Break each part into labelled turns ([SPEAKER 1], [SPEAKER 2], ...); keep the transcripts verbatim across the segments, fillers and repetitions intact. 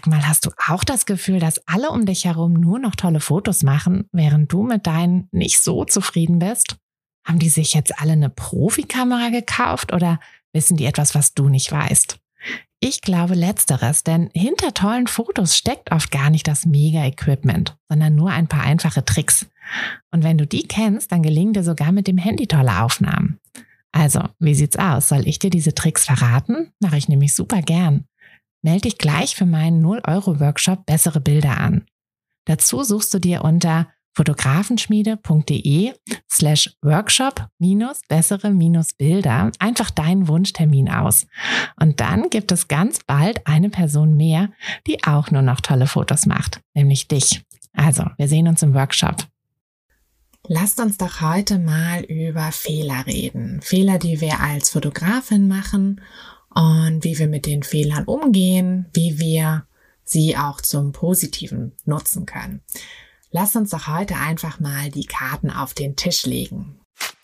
[SPEAKER 1] Sag mal, hast du auch das Gefühl, dass alle um dich herum nur noch tolle Fotos machen, während du mit deinen nicht so zufrieden bist? Haben die sich jetzt alle eine Profikamera gekauft oder wissen die etwas, was du nicht weißt? Ich glaube Letzteres, denn hinter tollen Fotos steckt oft gar nicht das Mega-Equipment, sondern nur ein paar einfache Tricks. Und wenn du die kennst, dann gelingen dir sogar mit dem Handy tolle Aufnahmen. Also, wie sieht's aus? Soll ich dir diese Tricks verraten? Mache ich nämlich super gern. Melde dich gleich für meinen null Euro Workshop Bessere Bilder an. Dazu suchst du dir unter fotografenschmiede.de slash workshop minus bessere minus Bilder einfach deinen Wunschtermin aus. Und dann gibt es ganz bald eine Person mehr, die auch nur noch tolle Fotos macht, nämlich dich. Also, wir sehen uns im Workshop. Lasst uns doch heute mal über Fehler reden. Fehler, die wir als Fotografin machen und wie wir mit den Fehlern umgehen, wie wir sie auch zum Positiven nutzen können. Lasst uns doch heute einfach mal die Karten auf den Tisch legen.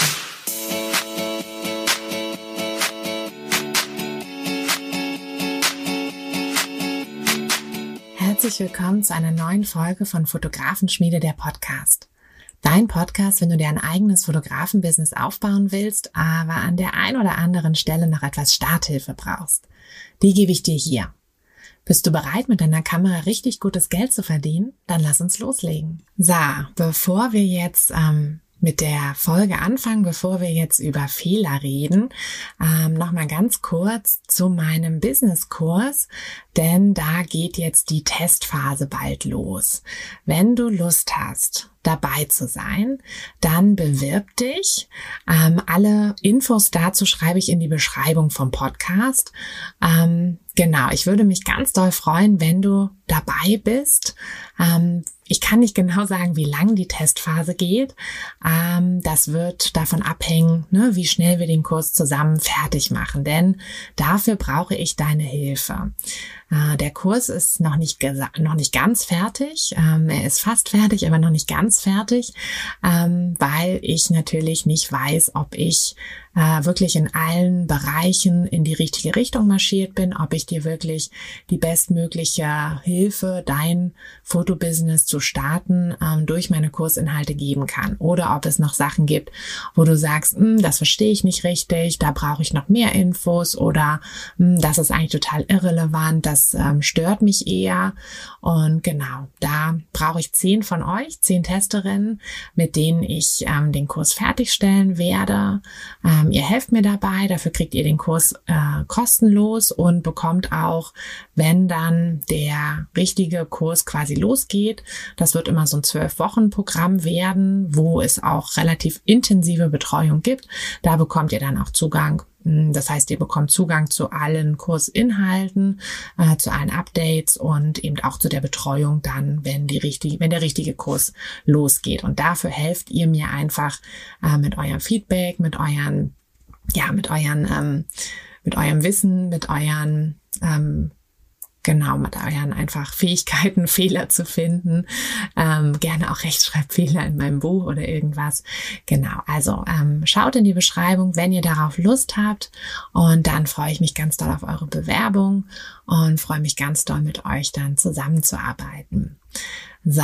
[SPEAKER 1] Herzlich willkommen zu einer neuen Folge von Fotografenschmiede, der Podcast. Dein Podcast, wenn du dir ein eigenes Fotografenbusiness aufbauen willst, aber an der ein oder anderen Stelle noch etwas Starthilfe brauchst. Die gebe ich dir hier. Bist du bereit, mit deiner Kamera richtig gutes Geld zu verdienen? Dann lass uns loslegen. So, bevor wir jetzt ähm, mit der Folge anfangen, bevor wir jetzt über Fehler reden, ähm, nochmal ganz kurz zu meinem Businesskurs, denn da geht jetzt die Testphase bald los. Wenn du Lust hast, dabei zu sein, dann bewirb dich. Ähm, alle Infos dazu schreibe ich in die Beschreibung vom Podcast. Ähm, genau, ich würde mich ganz doll freuen, wenn du dabei bist. Ähm, ich kann nicht genau sagen, wie lang die Testphase geht. Ähm, das wird davon abhängen, ne, wie schnell wir den Kurs zusammen fertig machen, denn dafür brauche ich deine Hilfe. Äh, der Kurs ist noch nicht gesa- noch nicht ganz fertig. Ähm, er ist fast fertig, aber noch nicht ganz fertig, ähm, weil ich natürlich nicht weiß, ob ich äh, wirklich in allen Bereichen in die richtige Richtung marschiert bin, ob ich dir wirklich die bestmögliche Hilfe, dein Fotobusiness zu starten, ähm, durch meine Kursinhalte geben kann. Oder ob es noch Sachen gibt, wo du sagst, das verstehe ich nicht richtig, da brauche ich noch mehr Infos oder das ist eigentlich total irrelevant, das ähm, stört mich eher. Und genau, da brauche ich zehn von euch, zehn Testerinnen, mit denen ich ähm, den Kurs fertigstellen werde. Ähm, ihr helft mir dabei, dafür kriegt ihr den Kurs äh, kostenlos und bekommt auch, wenn dann der richtige Kurs quasi losgeht, das wird immer so ein zwölf-Wochen-Programm werden, wo es auch relativ intensive Betreuung gibt. Da bekommt ihr dann auch Zugang. Das heißt, ihr bekommt Zugang zu allen Kursinhalten, äh, zu allen Updates und eben auch zu der Betreuung dann, wenn die richtige, wenn der richtige Kurs losgeht. Und dafür helft ihr mir einfach äh, mit eurem Feedback, mit euren, ja, mit euren, ähm, mit eurem Wissen, mit euren ähm, Genau, mit euren einfach Fähigkeiten, Fehler zu finden. Ähm, gerne auch Rechtschreibfehler in meinem Buch oder irgendwas. Genau, also ähm, schaut in die Beschreibung, wenn ihr darauf Lust habt. Und dann freue ich mich ganz doll auf eure Bewerbung und freue mich ganz doll mit euch dann zusammenzuarbeiten. So,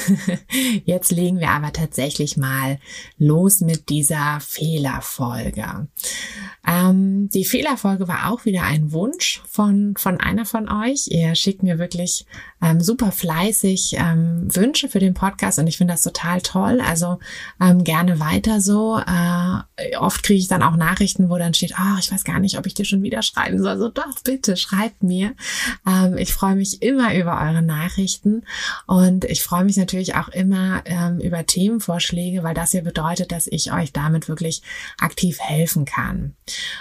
[SPEAKER 1] jetzt legen wir aber tatsächlich mal los mit dieser Fehlerfolge. Ähm, die Fehlerfolge war auch wieder ein Wunsch von von einer von euch. Ihr schickt mir wirklich ähm, super fleißig ähm, Wünsche für den Podcast und ich finde das total toll. Also ähm, gerne weiter so. Äh, oft kriege ich dann auch Nachrichten, wo dann steht, oh, ich weiß gar nicht, ob ich dir schon wieder schreiben soll. Also doch, bitte schreibt mir. Ähm, ich freue mich immer über eure Nachrichten und ich freue mich natürlich auch immer ähm, über Themenvorschläge, weil das ja bedeutet, dass ich euch damit wirklich aktiv helfen kann.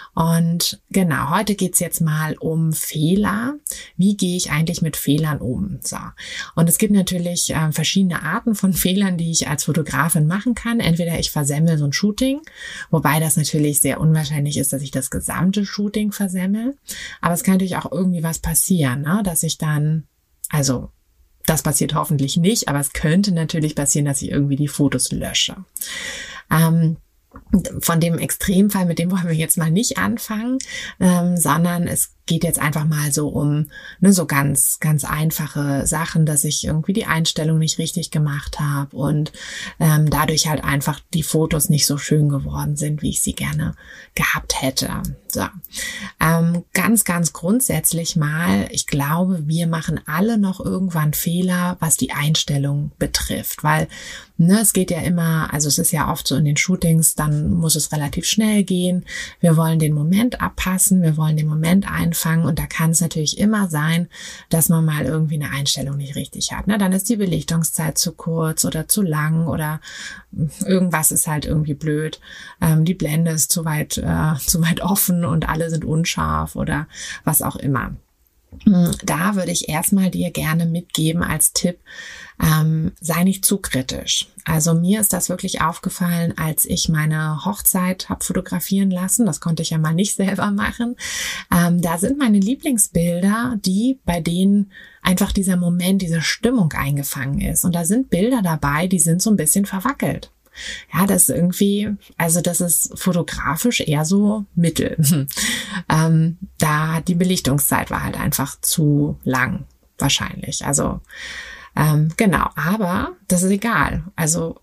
[SPEAKER 1] Und genau, heute geht's jetzt mal um Fehler. Wie gehe ich eigentlich mit Fehlern um? So. Und es gibt natürlich äh, verschiedene Arten von Fehlern, die ich als Fotografin machen kann. Entweder ich versemmel so ein Shooting, wobei das natürlich sehr unwahrscheinlich ist, dass ich das gesamte Shooting versemmel. Aber es kann natürlich auch irgendwie was passieren, ne? Dass ich dann, also das passiert hoffentlich nicht, aber es könnte natürlich passieren, dass ich irgendwie die Fotos lösche. Ähm, von dem Extremfall, mit dem wollen wir jetzt mal nicht anfangen, ähm, sondern es geht jetzt einfach mal so um ne, so ganz, ganz einfache Sachen, dass ich irgendwie die Einstellung nicht richtig gemacht habe und ähm, dadurch halt einfach die Fotos nicht so schön geworden sind, wie ich sie gerne gehabt hätte. So. Ähm, ganz, ganz grundsätzlich mal, ich glaube, wir machen alle noch irgendwann Fehler, was die Einstellung betrifft, weil ne, es geht ja immer, also es ist ja oft so in den Shootings, dann muss es relativ schnell gehen. Wir wollen den Moment abpassen, wir wollen den Moment einfangen und da kann es natürlich immer sein, dass man mal irgendwie eine Einstellung nicht richtig hat. Ne? Dann ist die Belichtungszeit zu kurz oder zu lang oder irgendwas ist halt irgendwie blöd. Ähm, die Blende ist zu weit, äh, zu weit offen und alle sind unscharf oder was auch immer. Da würde ich erstmal dir gerne mitgeben als Tipp, ähm, sei nicht zu kritisch. Also mir ist das wirklich aufgefallen, als ich meine Hochzeit habe fotografieren lassen. Das konnte ich ja mal nicht selber machen. Ähm, da sind meine Lieblingsbilder, die bei denen einfach dieser Moment, diese Stimmung eingefangen ist. Und da sind Bilder dabei, die sind so ein bisschen verwackelt. Ja, das ist irgendwie, also das ist fotografisch eher so mittel. ähm, da die Belichtungszeit war halt einfach zu lang, wahrscheinlich. Also ähm, genau, aber das ist egal. Also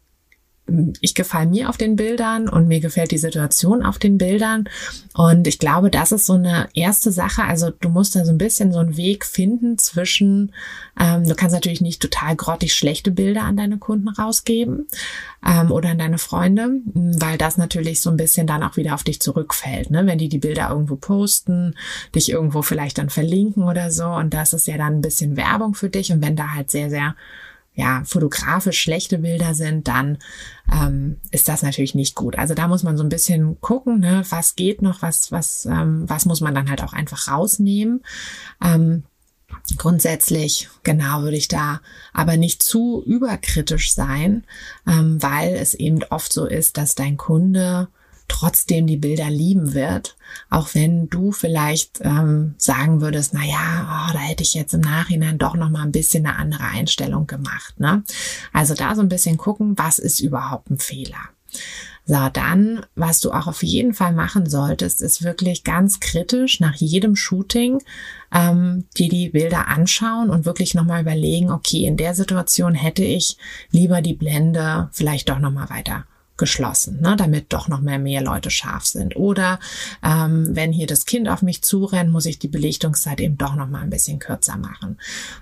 [SPEAKER 1] ich gefalle mir auf den Bildern und mir gefällt die Situation auf den Bildern und ich glaube, das ist so eine erste Sache, also du musst da so ein bisschen so einen Weg finden zwischen, ähm, du kannst natürlich nicht total grottig schlechte Bilder an deine Kunden rausgeben ähm, oder an deine Freunde, weil das natürlich so ein bisschen dann auch wieder auf dich zurückfällt, ne? Wenn die die Bilder irgendwo posten, dich irgendwo vielleicht dann verlinken oder so und das ist ja dann ein bisschen Werbung für dich und wenn da halt sehr, sehr ja, fotografisch schlechte Bilder sind, dann ähm, ist das natürlich nicht gut. Also da muss man so ein bisschen gucken, ne, was geht noch, was, was, ähm, was muss man dann halt auch einfach rausnehmen. Ähm, grundsätzlich, genau, würde ich da aber nicht zu überkritisch sein, ähm, weil es eben oft so ist, dass dein Kunde trotzdem die Bilder lieben wird, auch wenn du vielleicht ähm, sagen würdest, na ja, oh, da hätte ich jetzt im Nachhinein doch noch mal ein bisschen eine andere Einstellung gemacht, ne? Also da so ein bisschen gucken, was ist überhaupt ein Fehler. So, dann, was du auch auf jeden Fall machen solltest, ist wirklich ganz kritisch nach jedem Shooting ähm, dir die Bilder anschauen und wirklich nochmal überlegen, okay, in der Situation hätte ich lieber die Blende vielleicht doch nochmal weiter geschlossen, ne, damit doch noch mehr, mehr Leute scharf sind. Oder ähm, wenn hier das Kind auf mich zurennt, muss ich die Belichtungszeit eben doch noch mal ein bisschen kürzer machen.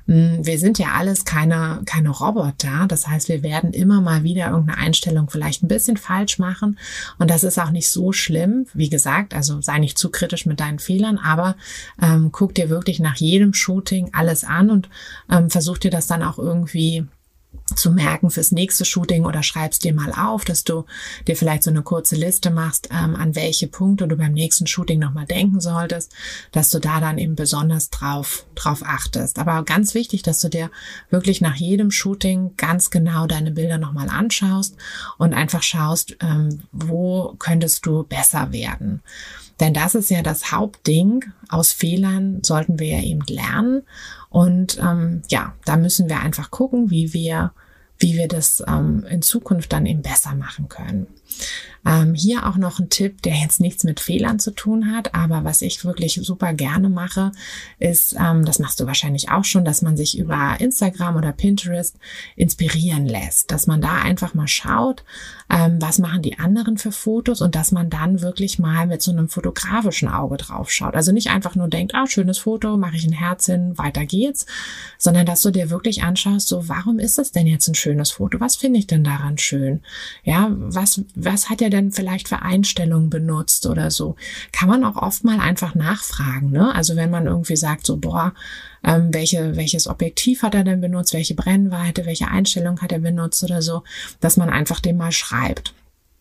[SPEAKER 1] Wir sind ja alles keine, keine Roboter. Das heißt, wir werden immer mal wieder irgendeine Einstellung vielleicht ein bisschen falsch machen. Und das ist auch nicht so schlimm. Wie gesagt, also sei nicht zu kritisch mit deinen Fehlern, aber ähm, guck dir wirklich nach jedem Shooting alles an und ähm, versuch dir das dann auch irgendwie zu merken fürs nächste Shooting oder schreibst dir mal auf, dass du dir vielleicht so eine kurze Liste machst, ähm, an welche Punkte du beim nächsten Shooting nochmal denken solltest, dass du da dann eben besonders drauf, drauf achtest. Aber ganz wichtig, dass du dir wirklich nach jedem Shooting ganz genau deine Bilder nochmal anschaust und einfach schaust, ähm, wo könntest du besser werden. Denn das ist ja das Hauptding. Aus Fehlern sollten wir ja eben lernen. Und ähm, ja, da müssen wir einfach gucken, wie wir, wie wir das ähm, in Zukunft dann eben besser machen können. Ähm, hier auch noch ein Tipp, der jetzt nichts mit Fehlern zu tun hat, aber was ich wirklich super gerne mache, ist, ähm, das machst du wahrscheinlich auch schon, dass man sich über Instagram oder Pinterest inspirieren lässt, dass man da einfach mal schaut, ähm, was machen die anderen für Fotos und dass man dann wirklich mal mit so einem fotografischen Auge drauf schaut. Also nicht einfach nur denkt, ah, schönes Foto, mache ich ein Herz hin, weiter geht's, sondern dass du dir wirklich anschaust, so, warum ist das denn jetzt ein schönes Foto? Was finde ich denn daran schön? Ja, was, was hat er denn vielleicht für Einstellungen benutzt oder so? Kann man auch oft mal einfach nachfragen, ne? Also wenn man irgendwie sagt, so, boah, ähm, welche, welches Objektiv hat er denn benutzt? Welche Brennweite? Welche Einstellung hat er benutzt oder so? Dass man einfach dem mal schreibt,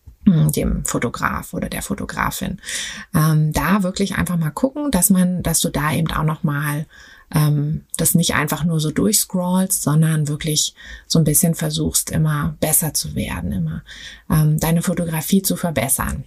[SPEAKER 1] dem Fotograf oder der Fotografin. Ähm, da wirklich einfach mal gucken, dass man, dass du da eben auch noch mal ähm, das nicht einfach nur so durchscrollst, sondern wirklich so ein bisschen versuchst, immer besser zu werden, immer ähm, deine Fotografie zu verbessern.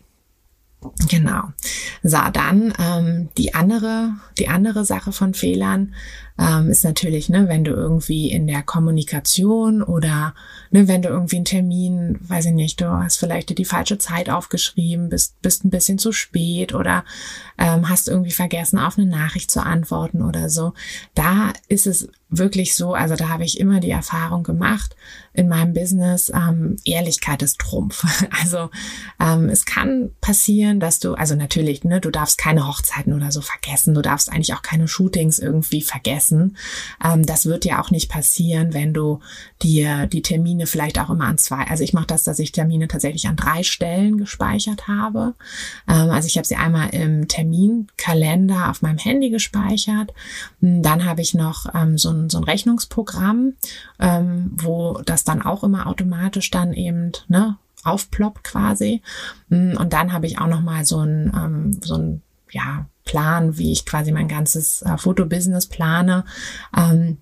[SPEAKER 1] Genau. So, dann ähm, die andere, die andere Sache von Fehlern, ähm, ist natürlich, ne, wenn du irgendwie in der Kommunikation oder ne, wenn du irgendwie einen Termin, weiß ich nicht, du hast vielleicht dir die falsche Zeit aufgeschrieben, bist bist ein bisschen zu spät oder ähm, hast irgendwie vergessen, auf eine Nachricht zu antworten oder so. Da ist es wirklich so, also da habe ich immer die Erfahrung gemacht in meinem Business, ähm, Ehrlichkeit ist Trumpf. Also ähm, es kann passieren, dass du, also natürlich, ne, du darfst keine Hochzeiten oder so vergessen, du darfst eigentlich auch keine Shootings irgendwie vergessen. Ähm, das wird dir auch nicht passieren, wenn du dir die Termine vielleicht auch immer an zwei, also ich mache das, dass ich Termine tatsächlich an drei Stellen gespeichert habe. Ähm, also ich habe sie einmal im Terminkalender auf meinem Handy gespeichert, dann habe ich noch ähm, so ein so ein Rechnungsprogramm, ähm, wo das dann auch immer automatisch dann eben ne, aufploppt quasi. Und dann habe ich auch noch mal so ein ähm, so ein ja Plan, wie ich quasi mein ganzes äh, Fotobusiness plane, ähm,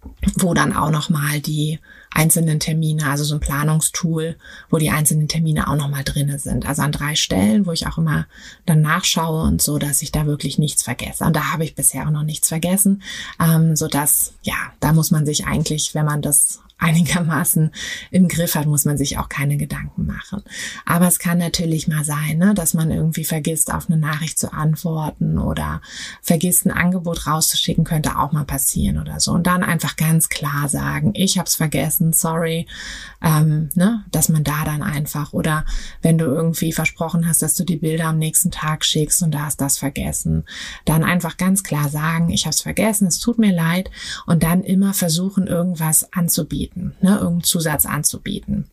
[SPEAKER 1] wo dann auch noch mal die einzelnen Termine, also so ein Planungstool, wo die einzelnen Termine auch nochmal drinne sind. Also an drei Stellen, wo ich auch immer dann nachschaue und so, dass ich da wirklich nichts vergesse. Und da habe ich bisher auch noch nichts vergessen, ähm, so dass, ja, da muss man sich eigentlich, wenn man das einigermaßen im Griff hat, muss man sich auch keine Gedanken machen. Aber es kann natürlich mal sein, ne, dass man irgendwie vergisst, auf eine Nachricht zu antworten oder vergisst, ein Angebot rauszuschicken, könnte auch mal passieren oder so. Und dann einfach ganz klar sagen, ich habe es vergessen, sorry, ähm, ne, dass man da dann einfach, oder wenn du irgendwie versprochen hast, dass du die Bilder am nächsten Tag schickst und da hast das vergessen, dann einfach ganz klar sagen, ich habe es vergessen, es tut mir leid, und dann immer versuchen, irgendwas anzubieten. Ne, irgendeinen Zusatz anzubieten.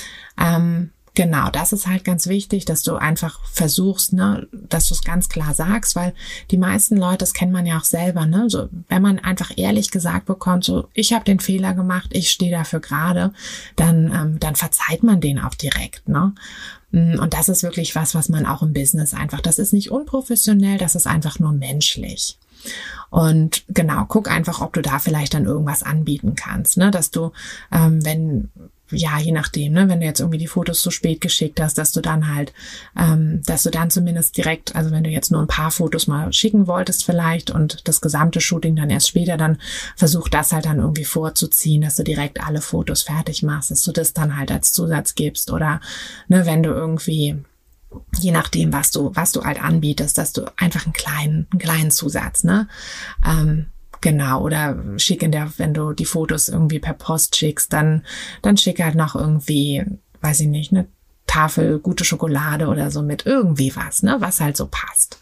[SPEAKER 1] Ähm, genau, das ist halt ganz wichtig, dass du einfach versuchst, ne, dass du es ganz klar sagst, weil die meisten Leute, das kennt man ja auch selber, ne, so, wenn man einfach ehrlich gesagt bekommt, so, ich habe den Fehler gemacht, ich stehe dafür gerade, dann, ähm, dann verzeiht man den auch direkt, ne. Und das ist wirklich was, was man auch im Business einfach, das ist nicht unprofessionell, das ist einfach nur menschlich. Und genau, guck einfach, ob du da vielleicht dann irgendwas anbieten kannst, ne, dass du, ähm, wenn, ja, je nachdem, ne, wenn du jetzt irgendwie die Fotos zu spät geschickt hast, dass du dann halt, ähm, dass du dann zumindest direkt, also wenn du jetzt nur ein paar Fotos mal schicken wolltest vielleicht und das gesamte Shooting dann erst später, dann versuch das halt dann irgendwie vorzuziehen, dass du direkt alle Fotos fertig machst, dass du das dann halt als Zusatz gibst, oder, ne, wenn du irgendwie, je nachdem, was du, was du halt anbietest, dass du einfach einen kleinen, einen kleinen Zusatz, ne, ähm, genau, oder schick in der, wenn du die Fotos irgendwie per Post schickst, dann, dann schick halt noch irgendwie, weiß ich nicht, eine Tafel gute Schokolade oder so mit irgendwie was, ne, was halt so passt.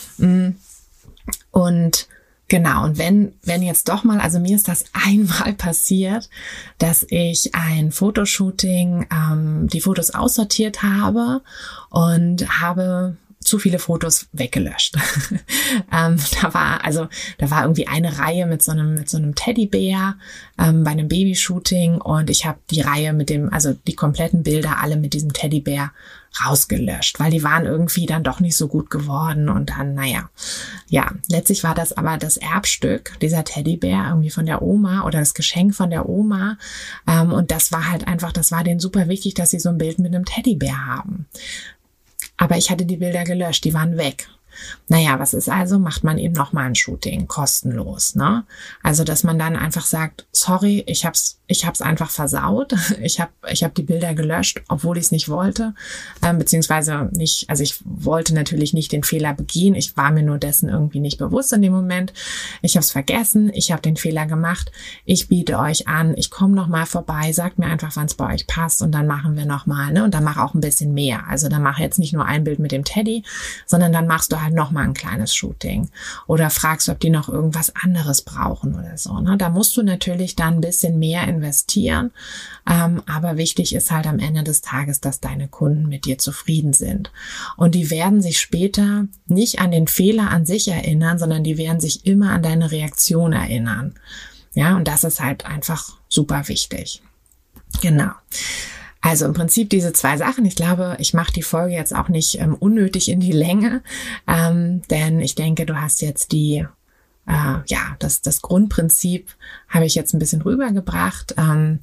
[SPEAKER 1] Und genau, und wenn, wenn jetzt doch mal, also mir ist das einmal passiert, dass ich ein Fotoshooting, ähm, die Fotos aussortiert habe und habe zu viele Fotos weggelöscht. ähm, da war, also, da war irgendwie eine Reihe mit so einem, mit so einem Teddybär, ähm, bei einem Babyshooting, und ich habe die Reihe mit dem, also die kompletten Bilder alle mit diesem Teddybär rausgelöscht, weil die waren irgendwie dann doch nicht so gut geworden, und dann, naja, ja, letztlich war das aber das Erbstück, dieser Teddybär, irgendwie von der Oma oder das Geschenk von der Oma, ähm, und das war halt einfach, das war denen super wichtig, dass sie so ein Bild mit einem Teddybär haben. Aber ich hatte die Bilder gelöscht, die waren weg. Naja, was ist also? Macht man eben nochmal ein Shooting, kostenlos, ne? Also, dass man dann einfach sagt, sorry, ich hab's, ich hab's einfach versaut. Ich hab, ich hab die Bilder gelöscht, obwohl ich es nicht wollte, ähm, beziehungsweise nicht, also ich wollte natürlich nicht den Fehler begehen. Ich war mir nur dessen irgendwie nicht bewusst in dem Moment. Ich habe es vergessen, ich habe den Fehler gemacht. Ich biete euch an, ich komme nochmal vorbei, sagt mir einfach, wann es bei euch passt, und dann machen wir nochmal, ne? Und dann mach auch ein bisschen mehr. Also, dann mach jetzt nicht nur ein Bild mit dem Teddy, sondern dann machst du halt noch mal ein kleines Shooting oder fragst, ob die noch irgendwas anderes brauchen oder so, ne? Da musst du natürlich dann ein bisschen mehr investieren, ähm, aber wichtig ist halt am Ende des Tages, dass deine Kunden mit dir zufrieden sind, und die werden sich später nicht an den Fehler an sich erinnern, sondern die werden sich immer an deine Reaktion erinnern, ja, und das ist halt einfach super wichtig. Genau. Also im Prinzip diese zwei Sachen. Ich glaube, ich mache die Folge jetzt auch nicht ähm, unnötig in die Länge, ähm, denn ich denke, du hast jetzt die, äh, ja, das, das Grundprinzip habe ich jetzt ein bisschen rübergebracht. Ähm,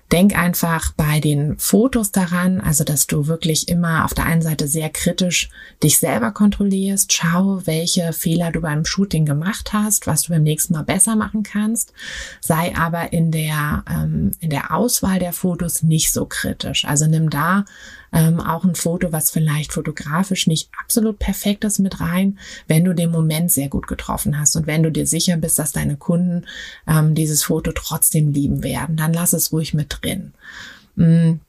[SPEAKER 1] denk einfach bei den Fotos daran, also dass du wirklich immer auf der einen Seite sehr kritisch dich selber kontrollierst. Schau, welche Fehler du beim Shooting gemacht hast, was du beim nächsten Mal besser machen kannst. Sei aber in der, ähm, in der Auswahl der Fotos nicht so kritisch. Also nimm da ähm, auch ein Foto, was vielleicht fotografisch nicht absolut perfekt ist, mit rein, wenn du den Moment sehr gut getroffen hast und wenn du dir sicher bist, dass deine Kunden ähm, dieses Foto trotzdem lieben werden, dann lass es ruhig mit drin. Mhm.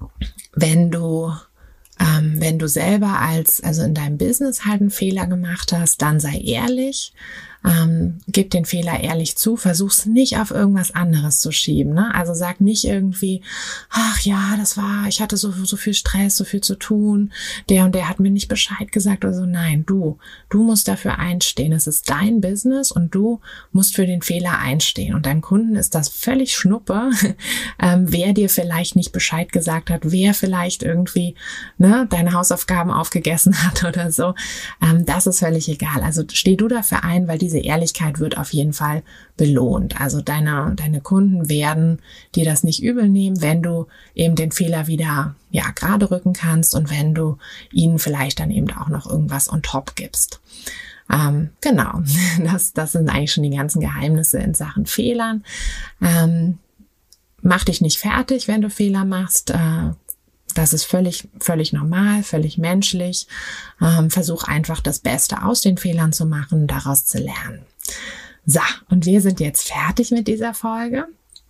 [SPEAKER 1] Wenn du ähm, wenn du selber als also in deinem Business halt einen Fehler gemacht hast, dann sei ehrlich. Ähm, gib den Fehler ehrlich zu, versuch's nicht auf irgendwas anderes zu schieben, ne? Also sag nicht irgendwie, ach ja, das war, ich hatte so, so viel Stress, so viel zu tun, der und der hat mir nicht Bescheid gesagt oder so. Nein, du, du musst dafür einstehen. Es ist dein Business und du musst für den Fehler einstehen. Und deinem Kunden ist das völlig Schnuppe, ähm, wer dir vielleicht nicht Bescheid gesagt hat, wer vielleicht irgendwie, ne, deine Hausaufgaben aufgegessen hat oder so. Ähm, das ist völlig egal. Also steh du dafür ein, weil diese Diese Ehrlichkeit wird auf jeden Fall belohnt. Also deine, deine Kunden werden dir das nicht übel nehmen, wenn du eben den Fehler wieder, ja, gerade rücken kannst und wenn du ihnen vielleicht dann eben auch noch irgendwas on top gibst. Ähm, genau, das, das sind eigentlich schon die ganzen Geheimnisse in Sachen Fehlern. Ähm, mach dich nicht fertig, wenn du Fehler machst. Äh, Das ist völlig, völlig normal, völlig menschlich. Ähm, versuch einfach das Beste aus den Fehlern zu machen, daraus zu lernen. So, und wir sind jetzt fertig mit dieser Folge.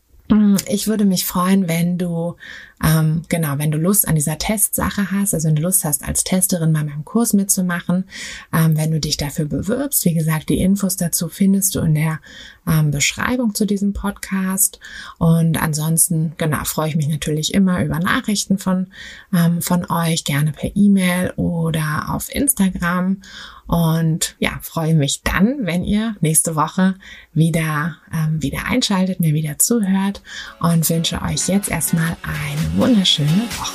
[SPEAKER 1] Ich würde mich freuen, wenn du, ähm, genau, wenn du Lust an dieser Testsache hast, also wenn du Lust hast, als Testerin bei meinem Kurs mitzumachen, ähm, wenn du dich dafür bewirbst. Wie gesagt, die Infos dazu findest du in der ähm, Beschreibung zu diesem Podcast. Und ansonsten, genau, freue ich mich natürlich immer über Nachrichten von, ähm, von euch, gerne per E-Mail oder auf Instagram. Und ja, freue mich dann, wenn ihr nächste Woche wieder, ähm, wieder einschaltet, mir wieder zuhört und wünsche euch jetzt erstmal eine wunderschöne Woche.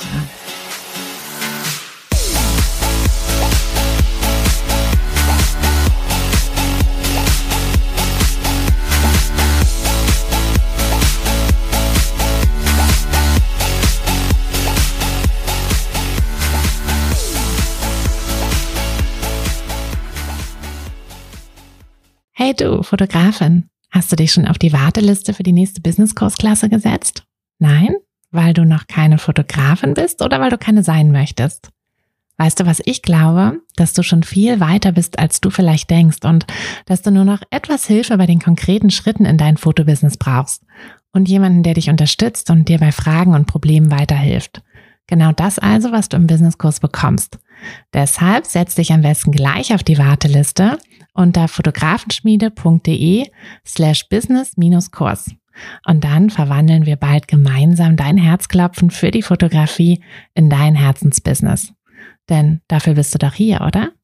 [SPEAKER 1] Hey du, Fotografin, hast du dich schon auf die Warteliste für die nächste Business-Kursklasse gesetzt? Nein? Weil du noch keine Fotografin bist oder weil du keine sein möchtest? Weißt du, was ich glaube? Dass du schon viel weiter bist, als du vielleicht denkst und dass du nur noch etwas Hilfe bei den konkreten Schritten in dein Fotobusiness brauchst und jemanden, der dich unterstützt und dir bei Fragen und Problemen weiterhilft. Genau das also, was du im Businesskurs bekommst. Deshalb setz dich am besten gleich auf die Warteliste unter fotografenschmiede.de slash business minus Kurs. Und dann verwandeln wir bald gemeinsam dein Herzklopfen für die Fotografie in dein Herzensbusiness. Denn dafür bist du doch hier, oder?